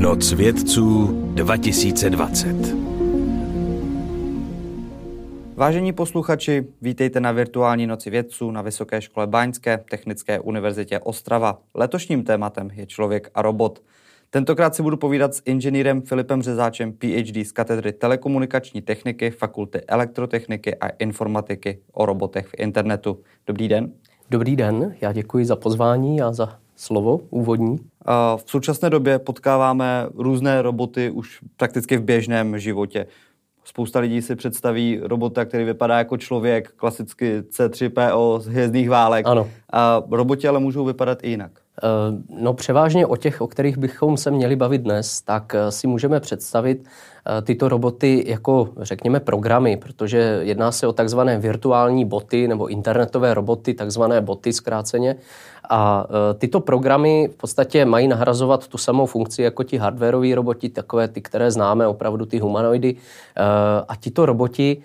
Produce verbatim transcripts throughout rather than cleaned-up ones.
Noc vědců dva tisíce dvacet. Vážení posluchači, vítejte na virtuální Noci vědců na Vysoké škole báňské Technické univerzitě Ostrava. Letošním tématem je člověk a robot. Tentokrát si budu povídat s inženýrem Filipem Řezáčem, PhD z katedry telekomunikační techniky, fakulty elektrotechniky a informatiky o robotech v internetu. Dobrý den. Dobrý den, já děkuji za pozvání a za slovo úvodní. V současné době potkáváme různé roboty už prakticky v běžném životě. Spousta lidí si představí robota, který vypadá jako člověk, klasicky C tři P O z Hvězdných válek. Ano. A roboti ale můžou vypadat i jinak. No převážně o těch, o kterých bychom se měli bavit dnes, tak si můžeme představit tyto roboty jako, řekněme, programy, protože jedná se o takzvané virtuální boty nebo internetové roboty, takzvané boty zkráceně. A tyto programy v podstatě mají nahrazovat tu samou funkci jako ti hardwareoví roboti, takové ty, které známe, opravdu ty humanoidy. A tito roboti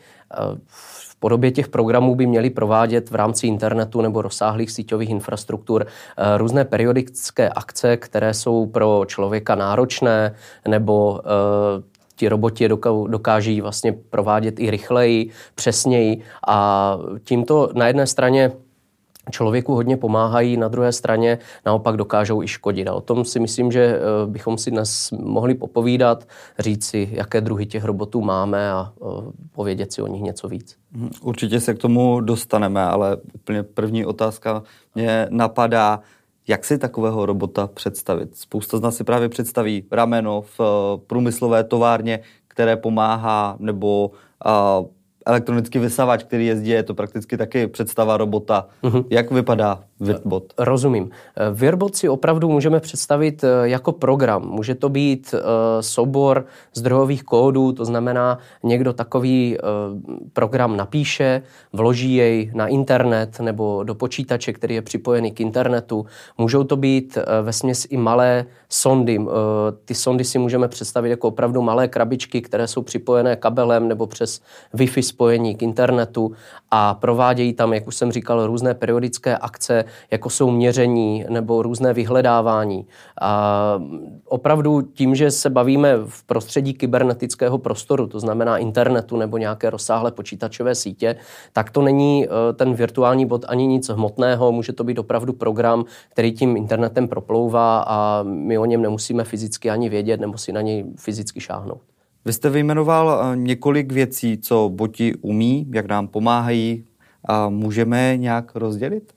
v podobě těch programů by měli provádět v rámci internetu nebo rozsáhlých síťových infrastruktur různé periodické akce, které jsou pro člověka náročné, nebo ti roboti je dokáží vlastně provádět i rychleji, přesněji a tímto na jedné straně člověku hodně pomáhají, na druhé straně naopak dokážou i škodit. A o tom si myslím, že bychom si dnes mohli popovídat, říct si, jaké druhy těch robotů máme a povědět si o nich něco víc. Určitě se k tomu dostaneme, ale úplně první otázka mě napadá, jak si takového robota představit. Spousta z nás si právě představí rameno v průmyslové továrně, které pomáhá, nebo uh, elektronický vysavač, který jezdí, je to prakticky taky představa robota. Uh-huh. Jak vypadá Virbot? Rozumím. Virbot si opravdu můžeme představit jako program. Může to být uh, soubor zdrojových kódů, to znamená, někdo takový uh, program napíše, vloží jej na internet nebo do počítače, který je připojený k internetu. Můžou to být uh, vesměs i malé sondy. Uh, ty sondy si můžeme představit jako opravdu malé krabičky, které jsou připojené kabelem nebo přes Wi-Fi spojení k internetu a provádějí tam, jak už jsem říkal, různé periodické akce, jako jsou měření nebo různé vyhledávání. A opravdu tím, že se bavíme v prostředí kybernetického prostoru, to znamená internetu nebo nějaké rozsáhlé počítačové sítě, tak to není ten virtuální bot ani nic hmotného, může to být opravdu program, který tím internetem proplouvá a my o něm nemusíme fyzicky ani vědět nebo si na něj fyzicky šáhnout. Vy jste vyjmenoval několik věcí, co boti umí, jak nám pomáhají. A můžeme nějak rozdělit?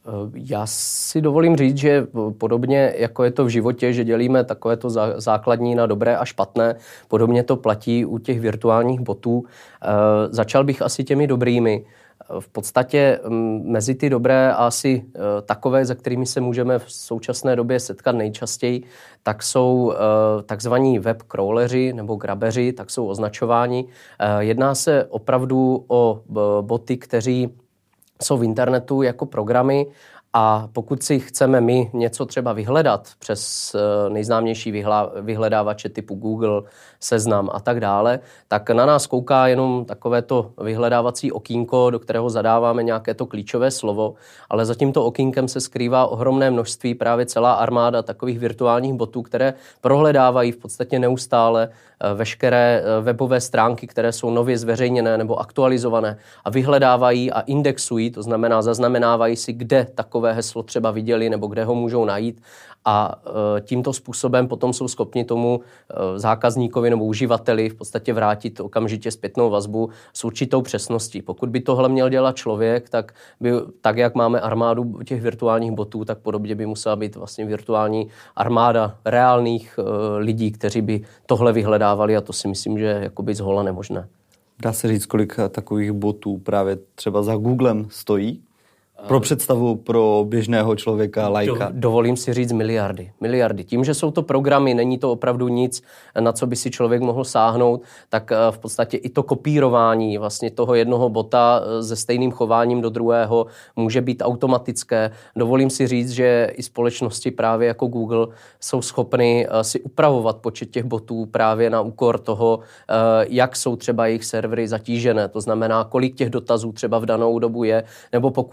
Já si dovolím říct, že podobně jako je to v životě, že dělíme takovéto základní na dobré a špatné, podobně to platí u těch virtuálních botů. Začal bych asi těmi dobrými. V podstatě mezi ty dobré a asi takové, za kterými se můžeme v současné době setkat nejčastěji, tak jsou takzvaní web crawleři nebo grabeři, tak jsou označováni. Jedná se opravdu o boty, kteří jsou v internetu jako programy a pokud si chceme my něco třeba vyhledat přes nejznámější vyhledávače typu Google, Seznam a tak dále, tak na nás kouká jenom takovéto vyhledávací okýnko, do kterého zadáváme nějaké to klíčové slovo, ale za tímto okýnkem se skrývá ohromné množství, právě celá armáda takových virtuálních botů, které prohledávají v podstatě neustále veškeré webové stránky, které jsou nově zveřejněné nebo aktualizované a vyhledávají a indexují, to znamená zaznamenávají si, kde takové heslo třeba viděli nebo kde ho můžou najít a tímto způsobem potom jsou schopni tomu zákazníkovi nebo uživateli v podstatě vrátit okamžitě zpětnou vazbu s určitou přesností. Pokud by tohle měl dělat člověk, tak, by, tak jak máme armádu těch virtuálních botů, tak podobně by musela být vlastně virtuální armáda reálných lidí, kteří by tohle vyhledávali a to si myslím, že je jakoby zhola nemožné. Dá se říct, kolik takových botů právě třeba za Googlem stojí? Pro představu pro běžného člověka, laika. Do, dovolím si říct miliardy. Miliardy. Tím, že jsou to programy, není to opravdu nic, na co by si člověk mohl sáhnout, tak v podstatě i to kopírování vlastně toho jednoho bota se stejným chováním do druhého může být automatické. Dovolím si říct, že i společnosti právě jako Google jsou schopny si upravovat počet těch botů právě na úkor toho, jak jsou třeba jejich servery zatížené. To znamená, kolik těch dotazů třeba v danou dobu je, nebo pokud se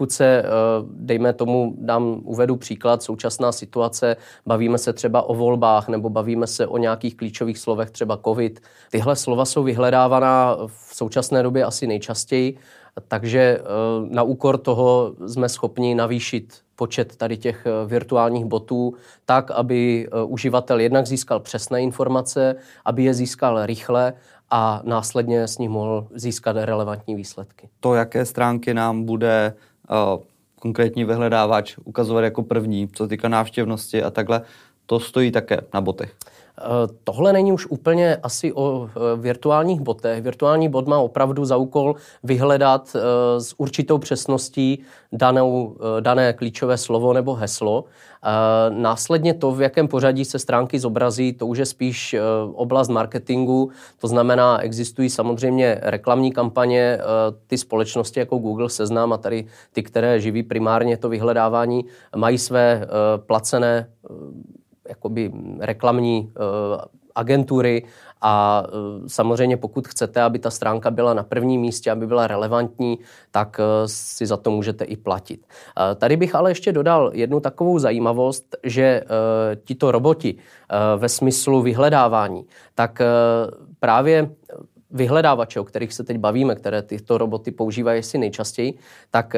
dejme tomu, dám, uvedu příklad, současná situace, bavíme se třeba o volbách nebo bavíme se o nějakých klíčových slovech, třeba covid. Tyhle slova jsou vyhledávaná v současné době asi nejčastěji, takže na úkor toho jsme schopni navýšit počet tady těch virtuálních botů tak, aby uživatel jednak získal přesné informace, aby je získal rychle a následně s nich mohl získat relevantní výsledky. To, jaké stránky nám bude uh, konkrétní vyhledávač ukazovat jako první, co týká návštěvnosti a takhle, to stojí také na botech. Tohle není už úplně asi o virtuálních botech. Virtuální bot má opravdu za úkol vyhledat s určitou přesností danou, dané klíčové slovo nebo heslo. Následně to, v jakém pořadí se stránky zobrazí, to už je spíš oblast marketingu. To znamená, existují samozřejmě reklamní kampaně, ty společnosti jako Google, Seznam a tady ty, které živí primárně to vyhledávání, mají své placené jakoby reklamní uh, agentury a uh, samozřejmě pokud chcete, aby ta stránka byla na prvním místě, aby byla relevantní, tak uh, si za to můžete i platit. Uh, tady bych ale ještě dodal jednu takovou zajímavost, že uh, tito roboti uh, ve smyslu vyhledávání, tak uh, právě vyhledávače, o kterých se teď bavíme, které tyto roboty používají asi nejčastěji, tak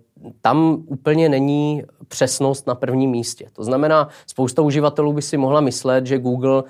tam úplně není přesnost na prvním místě. To znamená, spousta uživatelů by si mohla myslet, že Google,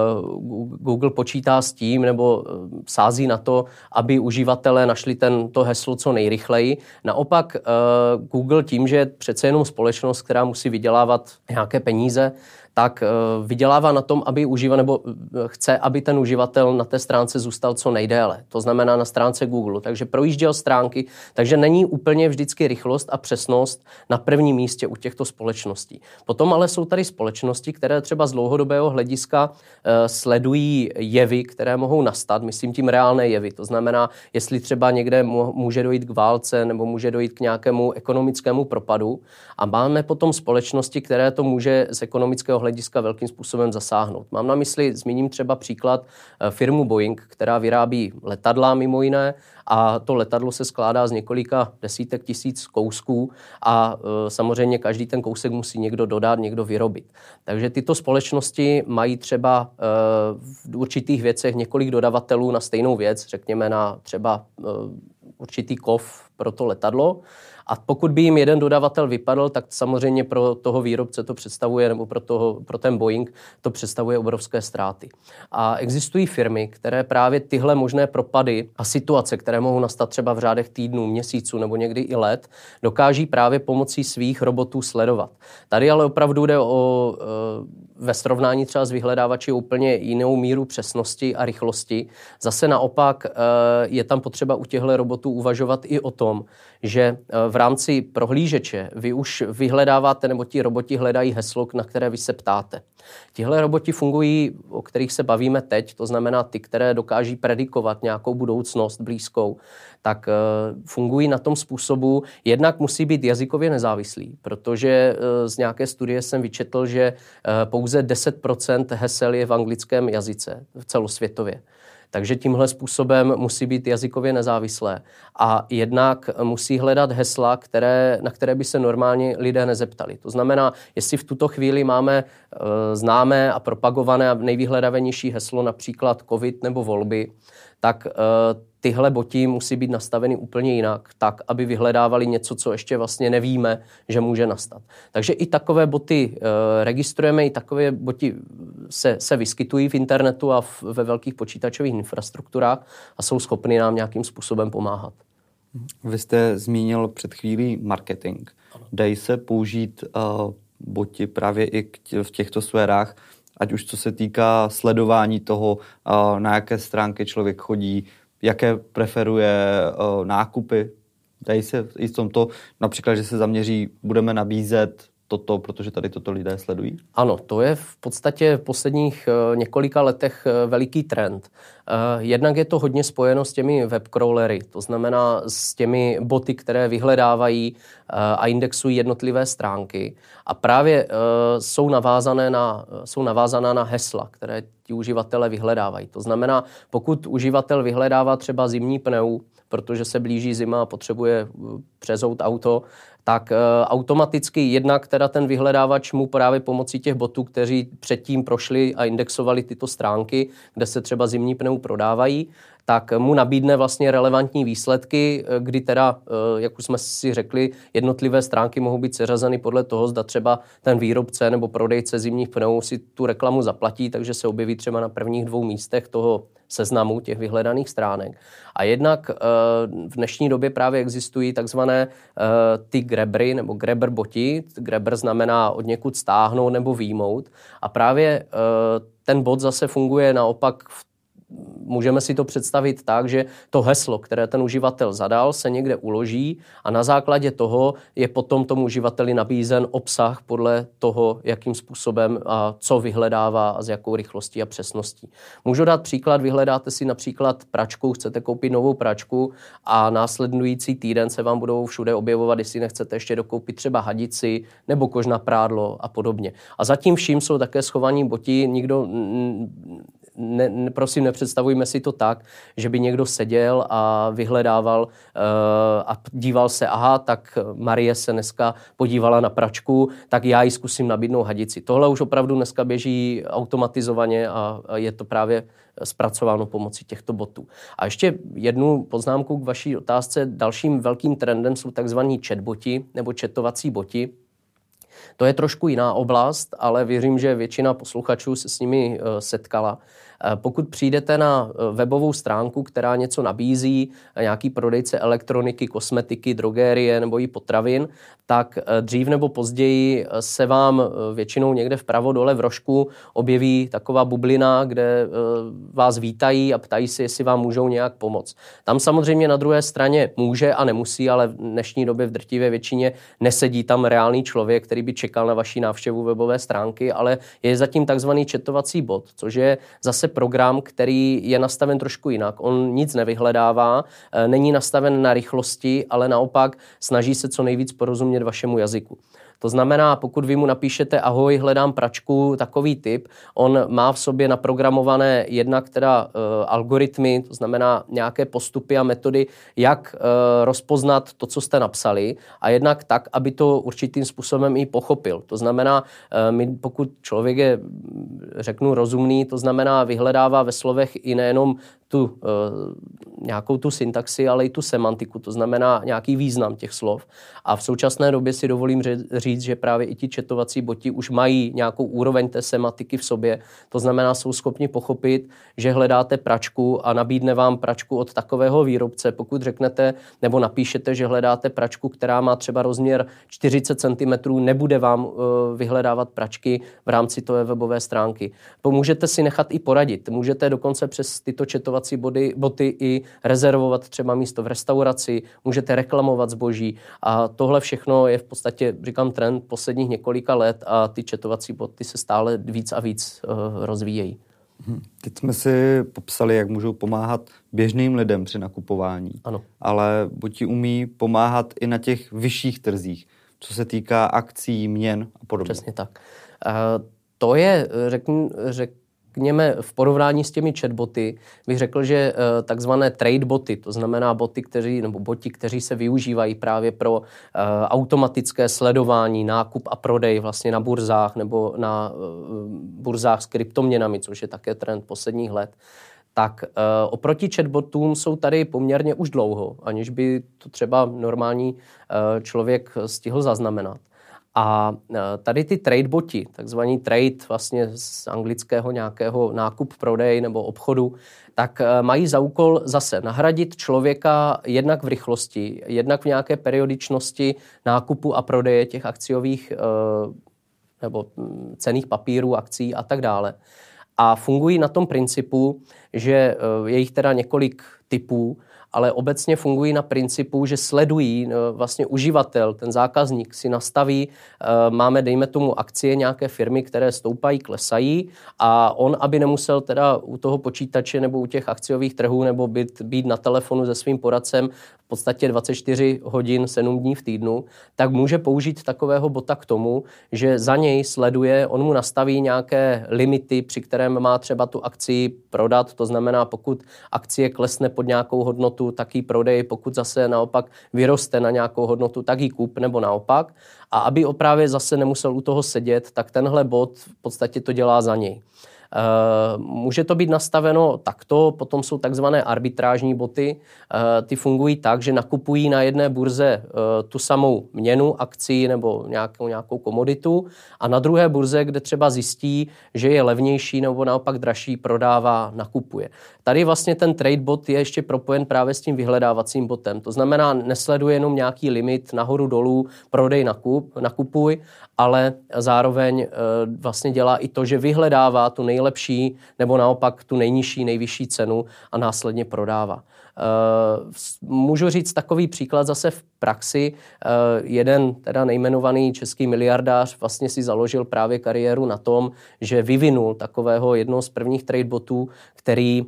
Google počítá s tím nebo sází na to, aby uživatelé našli tento heslo co nejrychleji. Naopak Google tím, že je přece jenom společnost, která musí vydělávat nějaké peníze, tak vydělává na tom, aby uživa, nebo chce, aby ten uživatel na té stránce zůstal co nejdéle. To znamená na stránce Google. Takže projížděl stránky, takže není úplně vždycky rychlost a přesnost na prvním místě u těchto společností. Potom ale jsou tady společnosti, které třeba z dlouhodobého hlediska eh, sledují jevy, které mohou nastat, myslím tím reálné jevy. To znamená, jestli třeba někde může dojít k válce nebo může dojít k nějakému ekonomickému propadu a máme potom společnosti, které to může z ekonomického hlediska velkým způsobem zasáhnout. Mám na mysli, zmíním třeba příklad firmu Boeing, která vyrábí letadla mimo jiné a to letadlo se skládá z několika desítek tisíc kousků a e, samozřejmě každý ten kousek musí někdo dodat, někdo vyrobit. Takže tyto společnosti mají třeba e, v určitých věcech několik dodavatelů na stejnou věc, řekněme na třeba e, určitý kov pro to letadlo. A pokud by jim jeden dodavatel vypadl, tak samozřejmě pro toho výrobce to představuje, nebo pro, toho, pro ten Boeing to představuje obrovské ztráty. A existují firmy, které právě tyhle možné propady a situace, které mohou nastat třeba v řádech týdnů, měsíců nebo někdy i let, dokáží právě pomocí svých robotů sledovat. Tady ale opravdu jde o ve srovnání třeba s vyhledávači úplně jinou míru přesnosti a rychlosti. Zase naopak je tam potřeba u těchto robotů uvažovat i o tom, že v rámci prohlížeče vy už vyhledáváte, nebo ti roboti hledají heslo, na které vy se ptáte. Tihle roboti fungují, o kterých se bavíme teď, to znamená ty, které dokáží predikovat nějakou budoucnost blízkou, tak fungují na tom způsobu, jednak musí být jazykově nezávislí, protože z nějaké studie jsem vyčetl, že pouze deset procent hesel je v anglickém jazyce celosvětově. Takže tímhle způsobem musí být jazykově nezávislé. A jednak musí hledat hesla, které, na které by se normálně lidé nezeptali. To znamená, jestli v tuto chvíli máme e, známé a propagované a nejvyhledávanější heslo, například covid nebo volby, tak e, tyhle boti musí být nastaveny úplně jinak, tak, aby vyhledávali něco, co ještě vlastně nevíme, že může nastat. Takže i takové boty e, registrujeme, i takové boti se, se vyskytují v internetu a v, ve velkých počítačových infrastrukturách a jsou schopny nám nějakým způsobem pomáhat. Vy jste zmínil před chvílí marketing. Ano. Dají se použít uh, boti právě i k, v těchto sférách, ať už co se týká sledování toho, uh, na jaké stránky člověk chodí, jaké preferuje uh, nákupy. Dají se i v tomto, například, že se zaměří, budeme nabízet toto, protože tady toto lidé sledují? Ano, to je v podstatě v posledních uh, několika letech uh, veliký trend. Uh, jednak je to hodně spojeno s těmi webcrawlery, to znamená s těmi boty, které vyhledávají uh, a indexují jednotlivé stránky. A právě uh, jsou navázané na, jsou navázaná na hesla, které ti uživatelé vyhledávají. To znamená, pokud uživatel vyhledává třeba zimní pneu, protože se blíží zima a potřebuje přezout auto, tak e, automaticky jednak teda ten vyhledávač mu právě pomocí těch botů, kteří předtím prošli a indexovali tyto stránky, kde se třeba zimní pneu prodávají, tak mu nabídne vlastně relevantní výsledky, kdy teda, jak už jsme si řekli, jednotlivé stránky mohou být seřazeny podle toho, zda třeba ten výrobce nebo prodejce zimních pnů si tu reklamu zaplatí, takže se objeví třeba na prvních dvou místech toho seznamu těch vyhledaných stránek. A jednak v dnešní době právě existují takzvané ty grabbery nebo grabber boti. Grabber znamená od někud stáhnout nebo výjmout. A právě ten bot zase funguje naopak v Můžeme si to představit tak, že to heslo, které ten uživatel zadal, se někde uloží a na základě toho je potom tomu uživateli nabízen obsah podle toho, jakým způsobem a co vyhledává a s jakou rychlostí a přesností. Můžu dát příklad, vyhledáte si například pračku, chcete koupit novou pračku a následující týden se vám budou všude objevovat, jestli nechcete ještě dokoupit třeba hadici nebo kožna prádlo a podobně. A zatím vším jsou také schovaní boti, nikdo... Ne, ne, prosím, nepředstavujme si to tak, že by někdo seděl a vyhledával uh, a díval se, aha, tak Marie se dneska podívala na pračku, tak já jí zkusím nabídnout hadici. Tohle už opravdu dneska běží automatizovaně a je to právě zpracováno pomocí těchto botů. A ještě jednu poznámku k vaší otázce. Dalším velkým trendem jsou takzvaní chatboti nebo chatovací boti. To je trošku jiná oblast, ale věřím, že většina posluchačů se s nimi setkala. Pokud přijdete na webovou stránku, která něco nabízí, nějaký prodejce elektroniky, kosmetiky, drogérie nebo i potravin, tak dřív nebo později se vám většinou někde vpravo dole v rožku objeví taková bublina, kde vás vítají a ptají se, jestli vám můžou nějak pomoct. Tam samozřejmě na druhé straně může a nemusí, ale v dnešní době v drtivé většině nesedí tam reálný člověk, který by čekal na vaši návštěvu webové stránky, ale je zatím takzvaný chatovací bot, což je zase program, který je nastaven trošku jinak. On nic nevyhledává, není nastaven na rychlosti, ale naopak snaží se co nejvíc porozumět vašemu jazyku. To znamená, pokud vy mu napíšete ahoj, hledám pračku, takový typ, on má v sobě naprogramované jednak teda uh, algoritmy, to znamená nějaké postupy a metody, jak uh, rozpoznat to, co jste napsali a jednak tak, aby to určitým způsobem i pochopil. To znamená, uh, my, pokud člověk je, řeknu, rozumný, to znamená vyhledává ve slovech i nejenom tu uh, nějakou tu syntaxi, ale i tu semantiku, to znamená nějaký význam těch slov. A v současné době si dovolím říct, že právě i ti chatovací boti už mají nějakou úroveň té semantiky v sobě. To znamená, jsou schopni pochopit, že hledáte pračku a nabídne vám pračku od takového výrobce. Pokud řeknete nebo napíšete, že hledáte pračku, která má třeba rozměr čtyřicet centimetrů, nebude vám uh, vyhledávat pračky v rámci té webové stránky. Můžete si nechat i poradit. Můžete dokonce přes tyto chatovací Boty, boty i rezervovat třeba místo v restauraci, můžete reklamovat zboží a tohle všechno je v podstatě, říkám, trend posledních několika let a ty chatovací boty se stále víc a víc uh, rozvíjejí. Teď jsme si popsali, jak můžou pomáhat běžným lidem při nakupování, ano. Ale boti umí pomáhat i na těch vyšších trzích, co se týká akcí, měn a podobně. Přesně tak. Uh, to je, řeknu, řek, Řekněme, v porovnání s těmi chatboty bych řekl, že uh, takzvané trade boty, to znamená boty, kteří, nebo boti, kteří se využívají právě pro uh, automatické sledování, nákup a prodej vlastně na burzách nebo na uh, burzách s kryptoměnami, což je také trend posledních let, tak uh, oproti chatbotům jsou tady poměrně už dlouho, aniž by to třeba normální uh, člověk stihl zaznamenat. A tady ty trade boti, takzvaný trade vlastně z anglického nějakého nákup, prodej nebo obchodu, tak mají za úkol zase nahradit člověka jednak v rychlosti, jednak v nějaké periodičnosti nákupu a prodeje těch akciových nebo cenných papírů, akcí a tak dále. A fungují na tom principu, že je jich teda několik typů, ale obecně fungují na principu, že sledují vlastně uživatel, ten zákazník si nastaví, máme, dejme tomu, akcie nějaké firmy, které stoupají, klesají a on, aby nemusel teda u toho počítače nebo u těch akciových trhů nebo být, být na telefonu se svým poradcem v podstatě dvacet čtyři hodin, sedm dní v týdnu, tak může použít takového bota k tomu, že za něj sleduje, on mu nastaví nějaké limity, při kterém má třeba tu akci prodat, to znamená, pokud akcie klesne pod nějakou hodnotu, hodnotu, tak ji prodej, pokud zase naopak vyroste na nějakou hodnotu, tak ji kup nebo naopak. A aby právě zase nemusel u toho sedět, tak tenhle bot v podstatě to dělá za něj. Uh, může to být nastaveno takto, potom jsou takzvané arbitrážní boty. Uh, ty fungují tak, že nakupují na jedné burze uh, tu samou měnu, akcii nebo nějakou, nějakou komoditu a na druhé burze, kde třeba zjistí, že je levnější nebo naopak dražší, prodává, nakupuje. Tady vlastně ten trade bot je ještě propojen právě s tím vyhledávacím botem. To znamená, nesleduje jenom nějaký limit nahoru dolů, prodej, nakup, nakupuj, ale zároveň uh, vlastně dělá i to, že vyhledává tu nej nejlepší nebo naopak tu nejnižší, nejvyšší cenu a následně prodává. Můžu říct takový příklad zase v praxi. Jeden teda nejmenovaný český miliardář vlastně si založil právě kariéru na tom, že vyvinul takového jednoho z prvních trade botů, který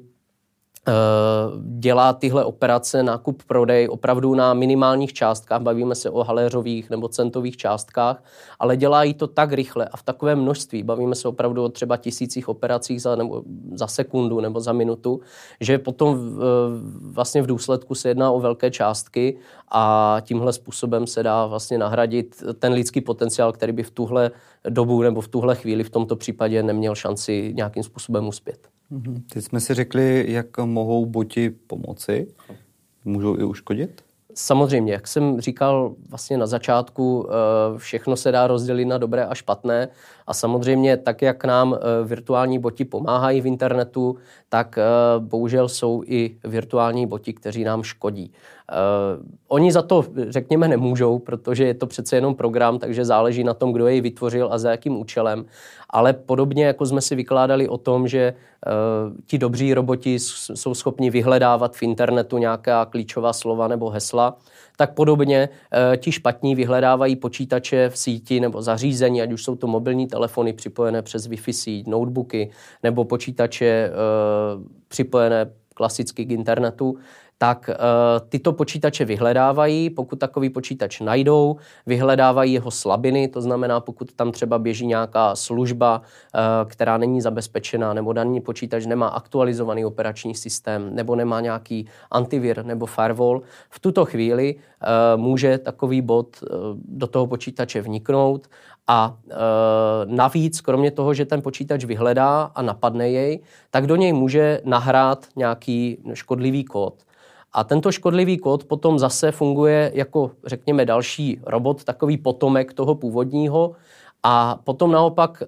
dělá tyhle operace nákup prodej opravdu na minimálních částkách, bavíme se o haléřových nebo centových částkách, ale dělá jí to tak rychle a v takovém množství, bavíme se opravdu o třeba tisících operacích za, nebo za sekundu nebo za minutu, že potom vlastně v důsledku se jedná o velké částky a tímhle způsobem se dá vlastně nahradit ten lidský potenciál, který by v tuhle dobu nebo v tuhle chvíli v tomto případě neměl šanci nějakým způsobem uspět. Teď jsme si řekli, jak mohou boti pomoci. Můžou i uškodit? Samozřejmě, jak jsem říkal vlastně na začátku, všechno se dá rozdělit na dobré a špatné a samozřejmě tak, jak nám virtuální boti pomáhají v internetu, tak bohužel jsou i virtuální boti, kteří nám škodí. Oni za to, řekněme, nemůžou, protože je to přece jenom program, takže záleží na tom, kdo jej vytvořil a za jakým účelem. Ale podobně, jako jsme si vykládali o tom, že uh, ti dobří roboti jsou schopni vyhledávat v internetu nějaká klíčová slova nebo hesla, tak podobně uh, ti špatní vyhledávají počítače v síti nebo zařízení, ať už jsou to mobilní telefony připojené přes Wi-Fi síť, notebooky nebo počítače uh, připojené klasicky k internetu, tak uh, tyto počítače vyhledávají, pokud takový počítač najdou, vyhledávají jeho slabiny, to znamená, pokud tam třeba běží nějaká služba, uh, která není zabezpečená, nebo daný počítač nemá aktualizovaný operační systém, nebo nemá nějaký antivir nebo firewall, v tuto chvíli uh, může takový bot uh, do toho počítače vniknout a e, navíc, kromě toho, že ten počítač vyhledá a napadne jej, tak do něj může nahrát nějaký škodlivý kód. A tento škodlivý kód potom zase funguje jako, řekněme, další robot, takový potomek toho původního a potom naopak e,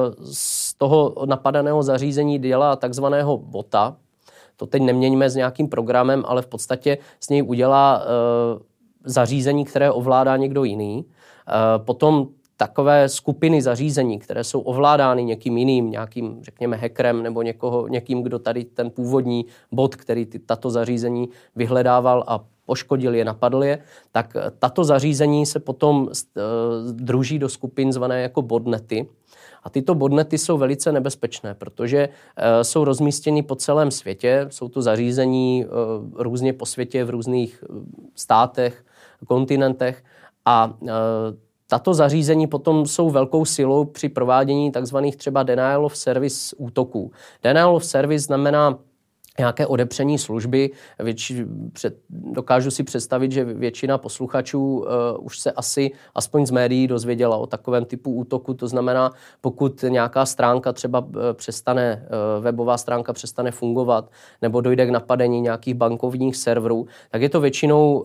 z toho napadaného zařízení dělá takzvaného bota. To teď neměníme s nějakým programem, ale v podstatě z něj udělá e, zařízení, které ovládá někdo jiný. E, potom takové skupiny zařízení, které jsou ovládány někým jiným, nějakým, řekněme, hackerem nebo někoho, někým, kdo tady ten původní bot, který ty, tato zařízení vyhledával a poškodil je, napadl je, tak tato zařízení se potom uh, druží do skupin zvané jako botnety. A tyto botnety jsou velice nebezpečné, protože uh, jsou rozmístěny po celém světě, jsou to zařízení uh, různě po světě, v různých uh, státech, kontinentech a uh, tato zařízení potom jsou velkou silou při provádění takzvaných třeba denial of service útoků. Denial of service znamená nějaké odepření služby. Věč, před, dokážu si představit, že většina posluchačů uh, už se asi aspoň z médií dozvěděla o takovém typu útoku. To znamená, pokud nějaká stránka třeba uh, přestane, uh, webová stránka přestane fungovat nebo dojde k napadení nějakých bankovních serverů, tak je to většinou uh,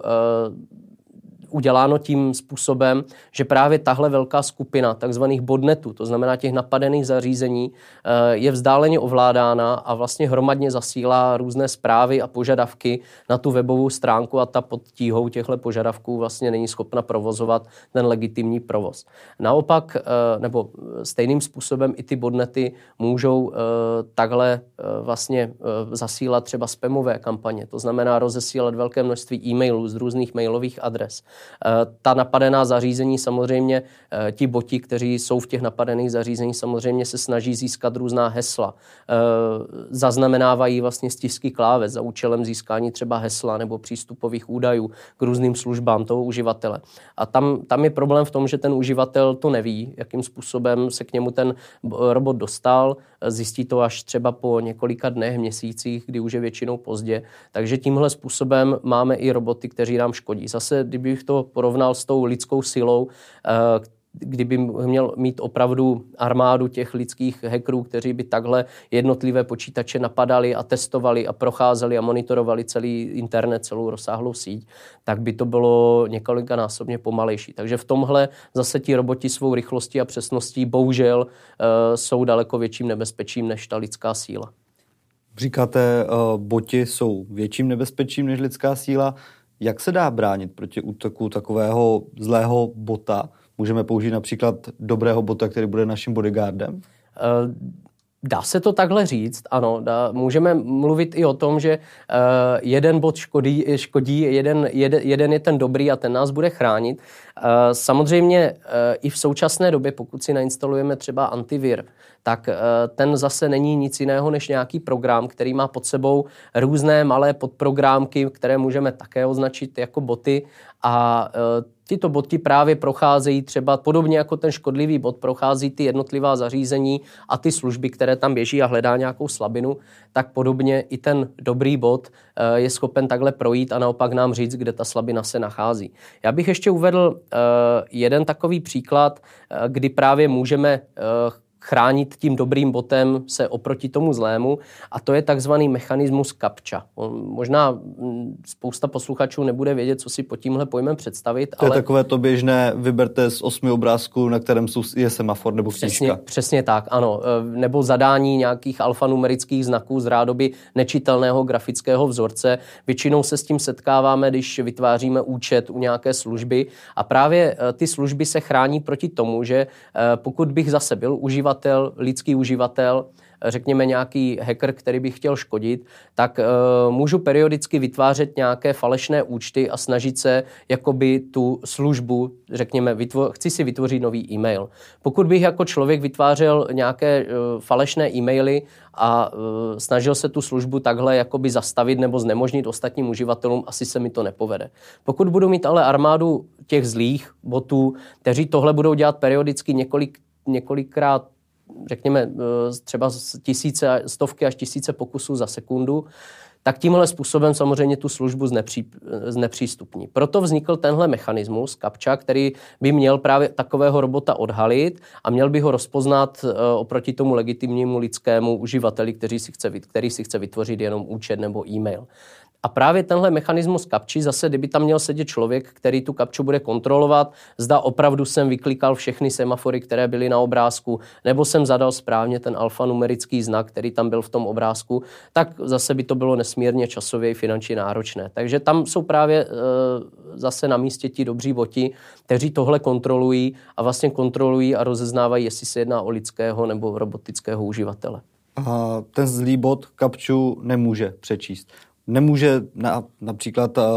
uděláno tím způsobem, že právě tahle velká skupina takzvaných botnetů, to znamená těch napadených zařízení, je vzdáleně ovládána a vlastně hromadně zasílá různé zprávy a požadavky na tu webovou stránku a ta pod tíhou těchto požadavků vlastně není schopna provozovat ten legitimní provoz. Naopak, nebo stejným způsobem i ty botnety můžou takhle vlastně zasílat třeba spamové kampaně, to znamená rozesílat velké množství e-mailů z různých mailových adres. Ta napadená zařízení samozřejmě, ti boti, kteří jsou v těch napadených zařízeních, samozřejmě se snaží získat různá hesla. Zaznamenávají vlastně stisky kláves za účelem získání třeba hesla nebo přístupových údajů k různým službám toho uživatele. A tam, tam je problém v tom, že ten uživatel to neví, jakým způsobem se k němu ten robot dostal. Zjistí to až třeba po několika dnech, měsících, kdy už je většinou pozdě. Takže tímhle způsobem máme i roboty, kteří nám škodí. Zase, kdybych to porovnal s tou lidskou silou, kdyby měl mít opravdu armádu těch lidských hackerů, kteří by takhle jednotlivé počítače napadali a testovali a procházeli a monitorovali celý internet, celou rozsáhlou síť, tak by to bylo několikanásobně pomalejší. Takže v tomhle zase ti roboti svou rychlostí a přesností bohužel uh, jsou daleko větším nebezpečím než ta lidská síla. Říkáte, uh, boti jsou větším nebezpečím než lidská síla. Jak se dá bránit proti útoku takového zlého bota? Můžeme použít například dobrého bota, který bude naším bodyguardem? Dá se to takhle říct, ano. Dá, můžeme mluvit i o tom, že uh, jeden bot škodí, škodí jeden, jeden, jeden je ten dobrý a ten nás bude chránit. Uh, samozřejmě uh, i v současné době, pokud si nainstalujeme třeba antivir, tak uh, ten zase není nic jiného než nějaký program, který má pod sebou různé malé podprográmky, které můžeme také označit jako boty a uh, tyto boty právě procházejí třeba podobně jako ten škodlivý bot prochází ty jednotlivá zařízení a ty služby, které tam běží a hledá nějakou slabinu, tak podobně i ten dobrý bot je schopen takhle projít a naopak nám říct, kde ta slabina se nachází. Já bych ještě uvedl jeden takový příklad, kdy právě můžeme chránit tím dobrým botem se oproti tomu zlému a to je takzvaný mechanismus kapča. Možná spousta posluchačů nebude vědět, co si pod tímhle pojmem představit. To ale je takové to běžné, vyberte z osmi obrázků, na kterém je semafor nebo knížka. Přesně, přesně tak, ano. Nebo zadání nějakých alfanumerických znaků z rádoby nečitelného grafického vzorce. Většinou se s tím setkáváme, když vytváříme účet u nějaké služby a právě ty služby se chrání proti tomu, že pokud bych zase byl uživatel lidský uživatel, řekněme nějaký hacker, který by chtěl škodit, tak uh, můžu periodicky vytvářet nějaké falešné účty a snažit se jakoby tu službu, řekněme, vytvo- chci si vytvořit nový e-mail. Pokud bych jako člověk vytvářel nějaké uh, falešné e-maily a uh, snažil se tu službu takhle jakoby zastavit nebo znemožnit ostatním uživatelům, asi se mi to nepovede. Pokud budu mít ale armádu těch zlých botů, kteří tohle budou dělat periodicky několik, několikrát řekněme třeba tisíce, stovky až tisíce pokusů za sekundu, tak tímhle způsobem samozřejmě tu službu znepří, znepřístupní. Proto vznikl tenhle mechanismus kapča, který by měl právě takového robota odhalit a měl by ho rozpoznat oproti tomu legitimnímu lidskému uživateli, který si chce, který si chce vytvořit jenom účet nebo e-mail. A právě tenhle mechanismus kapči, zase kdyby tam měl sedět člověk, který tu kapču bude kontrolovat, zda opravdu jsem vyklikal všechny semafory, které byly na obrázku, nebo jsem zadal správně ten alfanumerický znak, který tam byl v tom obrázku, tak zase by to bylo nesmírně časově i finančně náročné. Takže tam jsou právě e, zase na místě ti dobří boti, kteří tohle kontrolují a vlastně kontrolují a rozeznávají, jestli se jedná o lidského nebo robotického uživatele. A ten zlý bot kapču nemůže přečíst. Nemůže na, například uh,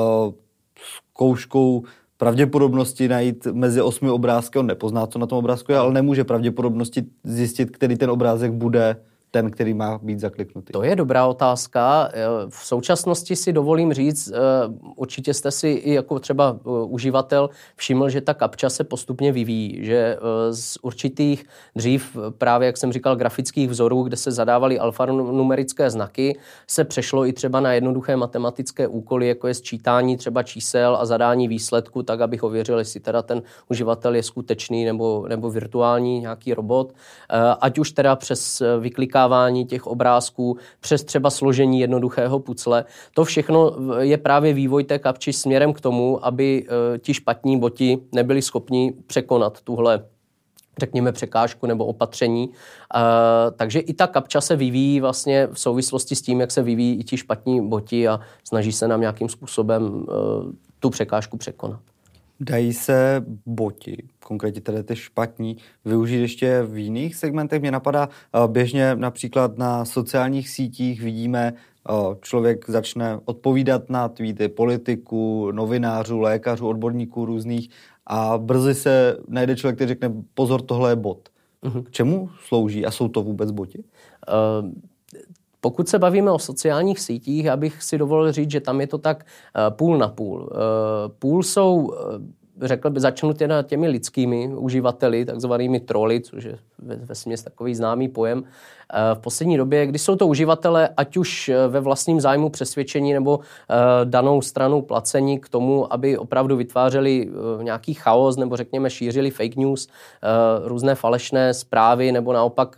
zkouškou pravděpodobnosti najít mezi osmi obrázky, on nepozná, co na tom obrázku je, ale nemůže pravděpodobnosti zjistit, který ten obrázek bude ten, který má být zakliknutý. To je dobrá otázka. V současnosti si dovolím říct, určitě jste si i jako třeba uživatel všiml, že ta kapča se postupně vyvíjí, že z určitých dřív právě, jak jsem říkal, grafických vzorů, kde se zadávaly alfanumerické znaky, se přešlo i třeba na jednoduché matematické úkoly, jako je sčítání třeba čísel a zadání výsledku, tak abych ověřil, jestli teda ten uživatel je skutečný nebo, nebo virtuální nějaký robot. Ať už teda přes vyklikání těch obrázků, přes třeba složení jednoduchého pucle. To všechno je právě vývoj té kapči směrem k tomu, aby e, ti špatní boti nebyli schopni překonat tuhle, řekněme, překážku nebo opatření. E, takže i ta kapča se vyvíjí vlastně v souvislosti s tím, jak se vyvíjí i ti špatní boti a snaží se nám nějakým způsobem e, tu překážku překonat. Dají se boti, konkrétně tedy ty špatní, využít ještě v jiných segmentech? Mě napadá běžně například na sociálních sítích vidíme člověk začne odpovídat na tweety politiků, novinářů, lékařů, odborníků různých a brzy se najde člověk, který řekne pozor, tohle je bot. Uh-huh. K čemu slouží a jsou to vůbec boti? Uh... Pokud se bavíme o sociálních sítích, abych si dovolil říct, že tam je to tak půl na půl. Půl jsou, řekl bych, začnu teda těmi lidskými uživateli, takzvanými troly, což je vesměs takový známý pojem. V poslední době, kdy jsou to uživatelé, ať už ve vlastním zájmu přesvědčení nebo danou stranou placení k tomu, aby opravdu vytvářeli nějaký chaos nebo řekněme šířili fake news, různé falešné zprávy nebo naopak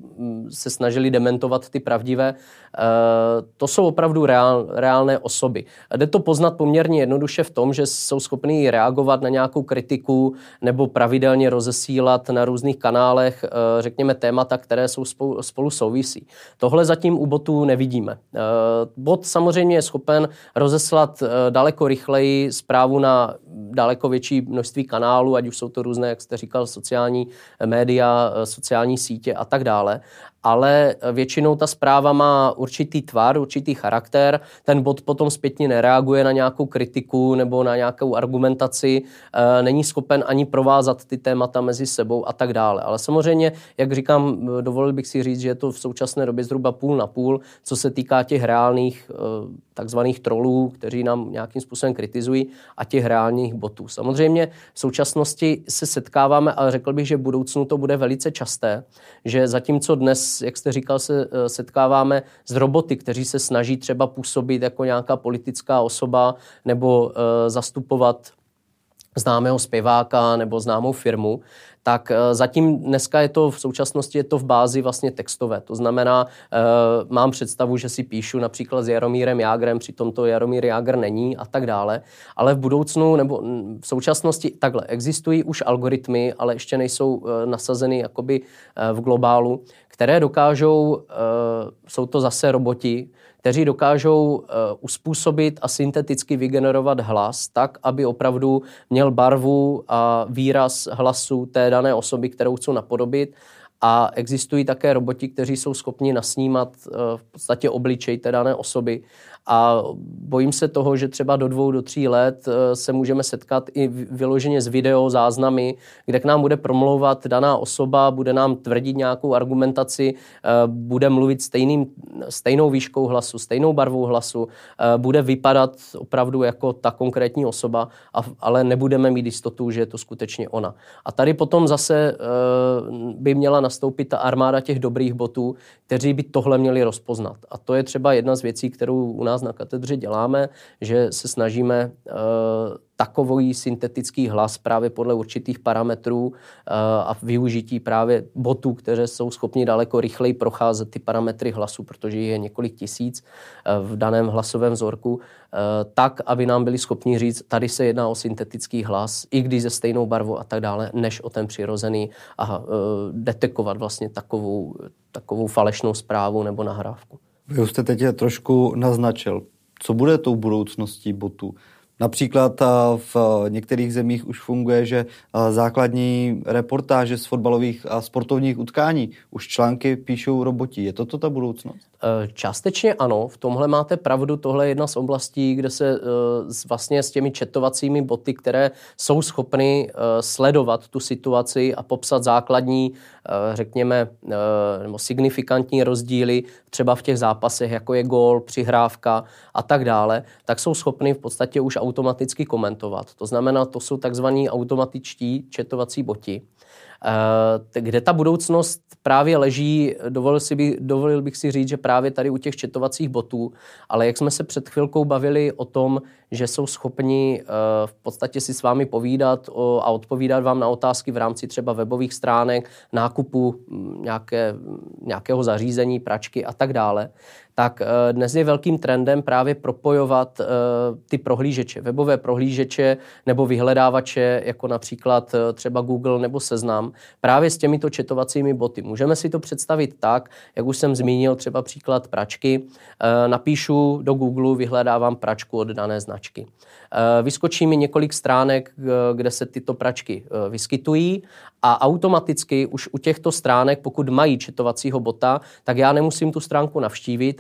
se snažili dementovat ty pravdivé, to jsou opravdu reál, reálné osoby. Jde to poznat poměrně jednoduše v tom, že jsou schopní reagovat na nějakou kritiku nebo pravidelně rozesílat na různých kanálech, řekněme, témata, které jsou spolu, spolu souvisí. Tohle zatím u botů nevidíme. Bot samozřejmě je schopen rozeslat daleko rychleji zprávu na daleko větší množství kanálů, ať už jsou to různé, jak jste říkal, sociální média, sociální sítě a tak dále. Ale většinou ta zpráva má určitý tvar, určitý charakter. Ten bot potom zpětně nereaguje na nějakou kritiku nebo na nějakou argumentaci, není schopen ani provázat ty témata mezi sebou a tak dále. Ale samozřejmě, jak říkám, dovolil bych si říct, že je to v současné době zhruba půl na půl, co se týká těch reálných takzvaných trolů, kteří nám nějakým způsobem kritizují, a těch reálných botů. Samozřejmě v současnosti se setkáváme, ale řekl bych, že v budoucnu to bude velice časté, že zatímco dnes, jak jste říkal, se setkáváme s roboty, kteří se snaží třeba působit jako nějaká politická osoba nebo uh, zastupovat známého zpěváka nebo známou firmu, tak zatím dneska je to v současnosti je to v bázi vlastně textové. To znamená, e, mám představu, že si píšu například s Jaromírem Jágrem, přitom to Jaromír Jágr není a tak dále, ale v budoucnu nebo v současnosti takhle existují už algoritmy, ale ještě nejsou e, nasazeny jakoby e, v globálu, které dokážou, e, jsou to zase roboti, kteří dokážou uh, uspůsobit a synteticky vygenerovat hlas tak, aby opravdu měl barvu a výraz hlasu té dané osoby, kterou chcou napodobit. A existují také roboti, kteří jsou schopni nasnímat uh, v podstatě obličej té dané osoby. A bojím se toho, že třeba do dvou, do tří let uh, se můžeme setkat i vyloženě s video záznamy, kde k nám bude promlouvat daná osoba, bude nám tvrdit nějakou argumentaci, uh, bude mluvit stejným, stejnou výškou hlasu, stejnou barvou hlasu, uh, bude vypadat opravdu jako ta konkrétní osoba, a, ale nebudeme mít jistotu, že je to skutečně ona. A tady potom zase uh, by měla nastoupit ta armáda těch dobrých botů, kteří by tohle měli rozpoznat. A to je třeba jedna z věcí, kterou u nás na katedře děláme, že se snažíme uh, takový syntetický hlas právě podle určitých parametrů uh, a využití právě botů, které jsou schopni daleko rychleji procházet ty parametry hlasu, protože je několik tisíc uh, v daném hlasovém vzorku, uh, tak, aby nám byli schopni říct, tady se jedná o syntetický hlas, i když se stejnou barvou a tak dále, než o ten přirozený, a uh, detekovat vlastně takovou, takovou falešnou zprávu nebo nahrávku. Vy už jste teď trošku naznačil, co bude tou budoucností botů. Například v některých zemích už funguje, že základní reportáže z fotbalových a sportovních utkání už články píšou roboti. Je toto ta budoucnost? Částečně ano, v tomhle máte pravdu, tohle je jedna z oblastí, kde se vlastně s těmi chatovacími boty, které jsou schopny sledovat tu situaci a popsat základní, řekněme, nebo signifikantní rozdíly třeba v těch zápasech, jako je gól, přihrávka a tak dále, tak jsou schopny v podstatě už automaticky komentovat. To znamená, to jsou takzvaní automatičtí chatovací boti, kde ta budoucnost právě leží, dovolil, si by, dovolil bych si říct, že právě tady u těch chatovacích botů, ale jak jsme se před chvilkou bavili o tom, že jsou schopni v podstatě si s vámi povídat a odpovídat vám na otázky v rámci třeba webových stránek, nákupu nějaké, nějakého zařízení, pračky a tak dále, tak dnes je velkým trendem právě propojovat ty prohlížeče, webové prohlížeče nebo vyhledávače, jako například třeba Google nebo Seznam, právě s těmito chatovacími boty. Můžeme si to představit tak, jak už jsem zmínil, třeba příklad pračky. Napíšu do Google, vyhledávám pračku od dané značky. Vyskočí mi několik stránek, kde se tyto pračky vyskytují, a automaticky už u těchto stránek, pokud mají chatovacího bota, tak já nemusím tu stránku navštívit,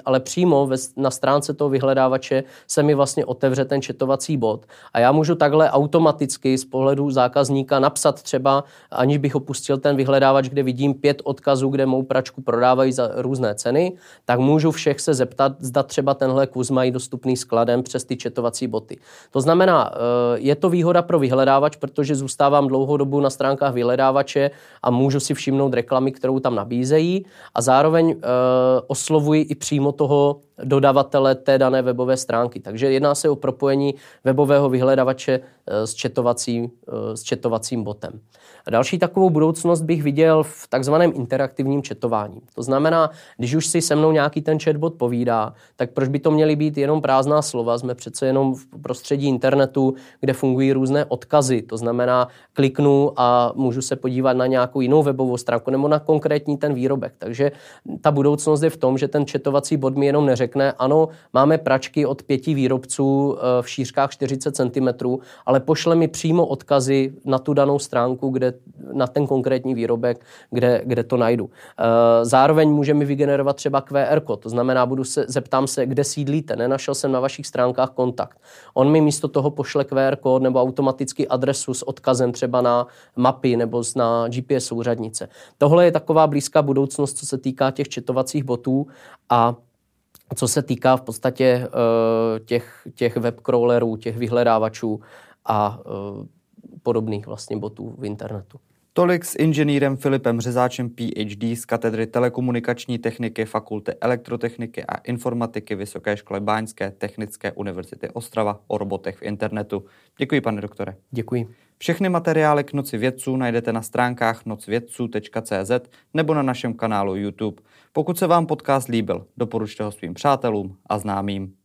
ale přímo ve, na stránce toho vyhledávače se mi vlastně otevře ten chatovací bot a já můžu takhle automaticky z pohledu zákazníka napsat třeba, aniž bych opustil ten vyhledávač, kde vidím pět odkazů, kde mou pračku prodávají za různé ceny, tak můžu všech se zeptat, zda třeba tenhle kus mají dostupný skladem přes ty chatovací boty. To znamená, je to výhoda pro vyhledávač, protože zůstávám dlouhou dobu na stránkách vyhledávače a můžu si všimnout reklamy, kterou tam nabízejí a zároveň e, oslovuji i přímo toho dodavatele té dané webové stránky. Takže jedná se o propojení webového vyhledávače e, s, chatovací, e, s chatovacím botem. A další takovou budoucnost bych viděl v takzvaném interaktivním chatování. To znamená, když už si se mnou nějaký ten chatbot povídá, tak proč by to měly být jenom prázdná slova? Jsme přece jenom v prostředí internetu, kde fungují různé odkazy. To znamená, kliknu a můžu se podívat na nějakou jinou webovou stránku nebo na konkrétní ten výrobek. Takže ta budoucnost je v tom, že ten chatovací bot mi jenom neřekne, ano, máme pračky od pěti výrobců v šířkách čtyřicet centimetrů, ale pošle mi přímo odkazy na tu danou stránku, kde, na ten konkrétní výrobek, kde, kde to najdu. Zároveň může mi vygenerovat třeba Q R kód, to znamená, budu se, zeptám se, kde sídlíte, nenašel jsem na vašich stránkách kontakt. On mi místo toho pošle Q R kód nebo automaticky adresu s odkazem třeba na mapy nebo na G P S souřadnice. Tohle je taková blízká budoucnost, co se týká těch chatovacích botů a co se týká v podstatě uh, těch, těch webcrawlerů, těch vyhledávačů a uh, podobných vlastně botů v internetu. Tolik s inženýrem Filipem Řezáčem P H D z katedry telekomunikační techniky Fakulty elektrotechniky a informatiky Vysoké školy Báňské technické univerzity Ostrava o robotech v internetu. Děkuji, pane doktore. Děkuji. Všechny materiály k Noci vědců najdete na stránkách noc vědců tečka cé zet nebo na našem kanálu YouTube. Pokud se vám podcast líbil, doporučte ho svým přátelům a známým.